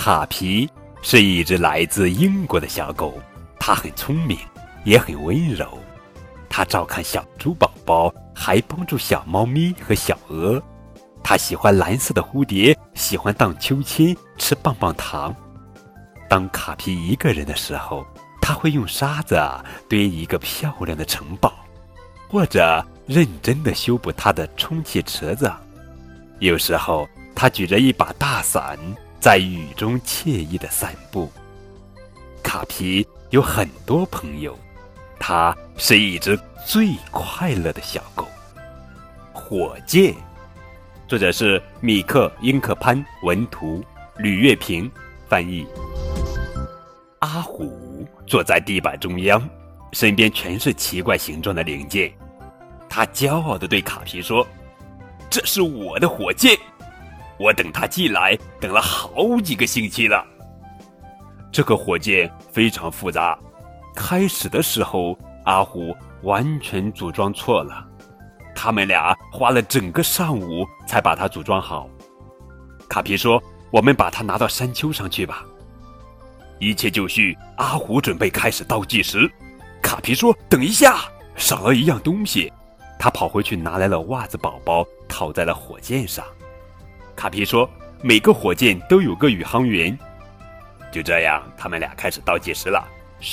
卡皮是一只来自英国的小狗，它很聪明，也很温柔。它照看小猪宝宝，还帮助小猫咪和小鹅。它喜欢蓝色的蝴蝶，喜欢荡秋千，吃棒棒糖。当卡皮一个人的时候，他会用沙子堆一个漂亮的城堡，或者认真地修补他的充气池子。有时候他举着一把大伞，在雨中惬意地散步。卡皮有很多朋友，它是一只最快乐的小狗。火箭，作者是米克·英克潘，文图，吕月平翻译。阿虎坐在地板中央，身边全是奇怪形状的零件。他骄傲地对卡皮说：“这是我的火箭，我等它寄来等了好几个星期了。”这个火箭非常复杂，开始的时候阿虎完全组装错了，他们俩花了整个上午才把它组装好。卡皮说：“我们把它拿到山丘上去吧。”一切就绪，阿虎准备开始倒计时。卡皮说：“等一下，少了一样东西。”他跑回去拿来了袜子宝宝，套在了火箭上。卡皮说：“每个火箭都有个宇航员。”就这样，他们俩开始倒计时了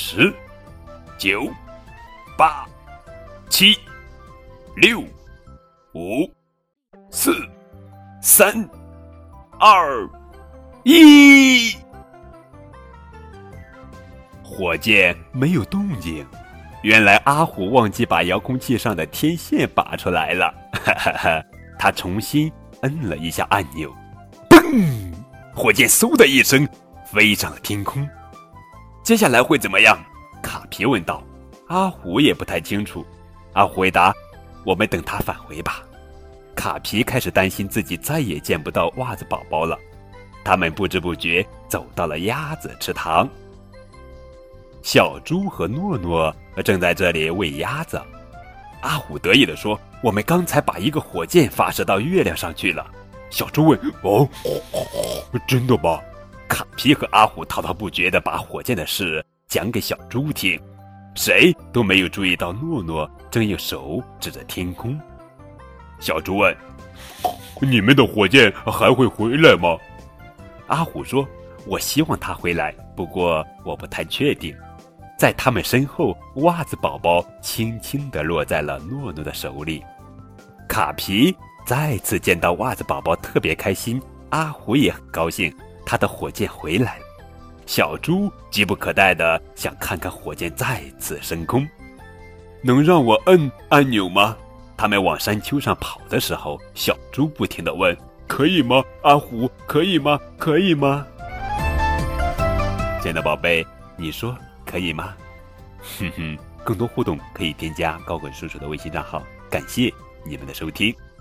：10、9、8、7、6、5、4、3、2、1。火箭没有动静，原来阿虎忘记把遥控器上的天线拔出来了。哈哈哈！他重新摁了一下按钮，砰！火箭嗖的一声飞上了天空。接下来会怎么样？卡皮问道。阿虎也不太清楚。阿虎回答：“我们等他返回吧。”卡皮开始担心自己再也见不到袜子宝宝了。他们不知不觉走到了鸭子池塘。小猪和诺诺正在这里喂鸭子。阿虎得意地说：“我们刚才把一个火箭发射到月亮上去了。”小猪问：“哦，真的吗？”卡皮和阿虎滔滔不绝地把火箭的事讲给小猪听，谁都没有注意到诺诺正用手指着天空。小猪问：“你们的火箭还会回来吗？”阿虎说：“我希望它回来，不过我不太确定。”在他们身后，袜子宝宝轻轻地落在了诺诺的手里。卡皮再次见到袜子宝宝特别开心，阿虎也很高兴，他的火箭回来了。小猪急不可待地想看看火箭再次升空。能让我摁按钮吗？他们往山丘上跑的时候，小猪不停地问：“可以吗？阿虎，可以吗？可以吗？”亲爱的宝贝，你说可以吗？更多互动可以添加高滚叔叔的微信账号。感谢你们的收听。